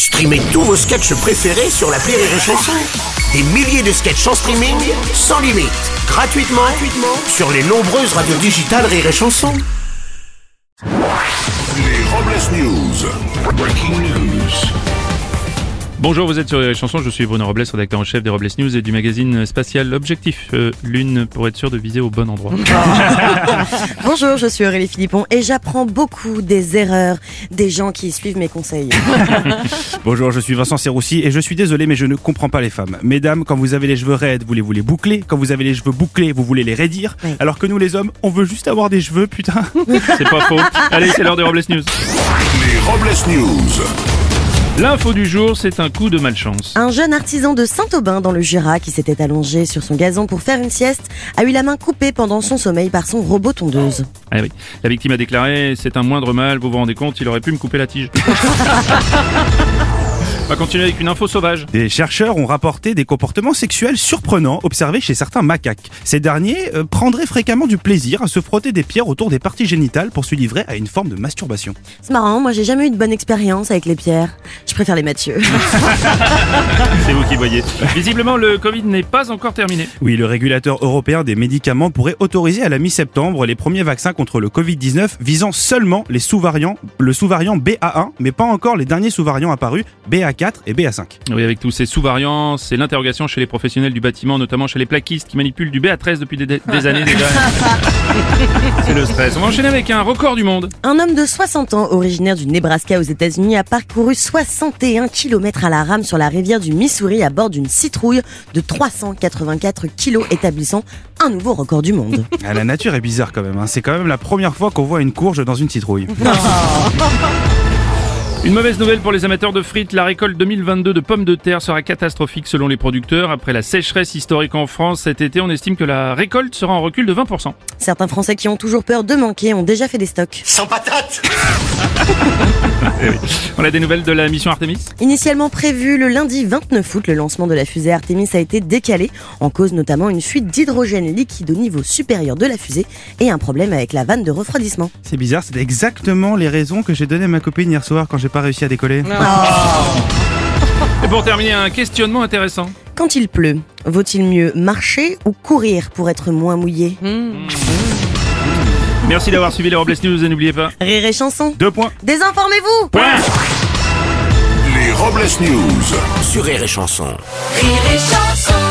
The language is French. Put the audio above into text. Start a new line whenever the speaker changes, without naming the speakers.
Streamez tous vos sketchs préférés sur l'appli Rire et Chanson. Des milliers de sketchs en streaming, sans limite, gratuitement sur les nombreuses radios digitales Rire et Chanson.
Les Robles News. Breaking news.
Bonjour, vous êtes sur les chansons, je suis Bruno Robles, rédacteur en chef des Robles News et du magazine spatial Objectif Lune, pour être sûr de viser au bon endroit.
Bonjour, je suis Aurélie Philippon et j'apprends beaucoup des erreurs des gens qui suivent mes conseils.
Bonjour, je suis Vincent Serroussi et je suis désolé mais je ne comprends pas les femmes. Mesdames, quand vous avez les cheveux raides, vous les boucler. Quand vous avez les cheveux bouclés, vous voulez les raidir.
Oui.
Alors que nous les hommes, on veut juste avoir des cheveux, putain.
C'est pas faux. Allez, c'est l'heure des Robles News.
Les Robles News.
L'info du jour, c'est un coup de malchance.
Un jeune artisan de Saint-Aubin dans le Jura qui s'était allongé sur son gazon pour faire une sieste a eu la main coupée pendant son sommeil par son robot tondeuse.
Ah oui, la victime a déclaré « C'est un moindre mal, vous vous rendez compte, il aurait pu me couper la tige. » On va continuer avec une info sauvage.
Des chercheurs ont rapporté des comportements sexuels surprenants observés chez certains macaques. Ces derniers prendraient fréquemment du plaisir à se frotter des pierres autour des parties génitales pour se livrer à une forme de masturbation.
C'est marrant, moi j'ai jamais eu de bonne expérience avec les pierres. Je préfère les Mathieu.
C'est vous qui voyez. Visiblement, le Covid n'est pas encore terminé.
Oui, le régulateur européen des médicaments pourrait autoriser à la mi-septembre les premiers vaccins contre le Covid-19 visant seulement le sous-variant BA1, mais pas encore les derniers sous-variants apparus, BA4 et BA5.
Oui, avec tous ces sous-variants, c'est l'interrogation chez les professionnels du bâtiment, notamment chez les plaquistes qui manipulent du BA13 depuis des années déjà. C'est le stress. On va enchaîner avec un record du monde.
Un homme de 60 ans, originaire du Nebraska aux États-Unis, a parcouru 61 km à la rame sur la rivière du Missouri à bord d'une citrouille de 384 kg, établissant un nouveau record du monde.
Ah, la nature est bizarre quand même, hein. C'est quand même la première fois qu'on voit une courge dans une citrouille.
Une mauvaise nouvelle pour les amateurs de frites, la récolte 2022 de pommes de terre sera catastrophique selon les producteurs. Après la sécheresse historique en France cet été, on estime que la récolte sera en recul de 20%.
Certains Français qui ont toujours peur de manquer ont déjà fait des stocks.
Sans patate.
Eh oui. On a des nouvelles de la mission Artemis ?
Initialement prévu le lundi 29 août, le lancement de la fusée Artemis a été décalé, en cause notamment une fuite d'hydrogène liquide au niveau supérieur de la fusée et un problème avec la vanne de refroidissement.
C'est bizarre, c'est exactement les raisons que j'ai données à ma copine hier soir quand j'ai pas réussi à décoller.
Et pour terminer, un questionnement intéressant.
Quand il pleut, vaut-il mieux marcher ou courir pour être moins mouillé?
Merci d'avoir suivi les Robles News et n'oubliez pas...
Rire et chanson.
2 points.
Désinformez-vous.
Les Robles News.
Sur Rire et Chanson.
Rire et chanson.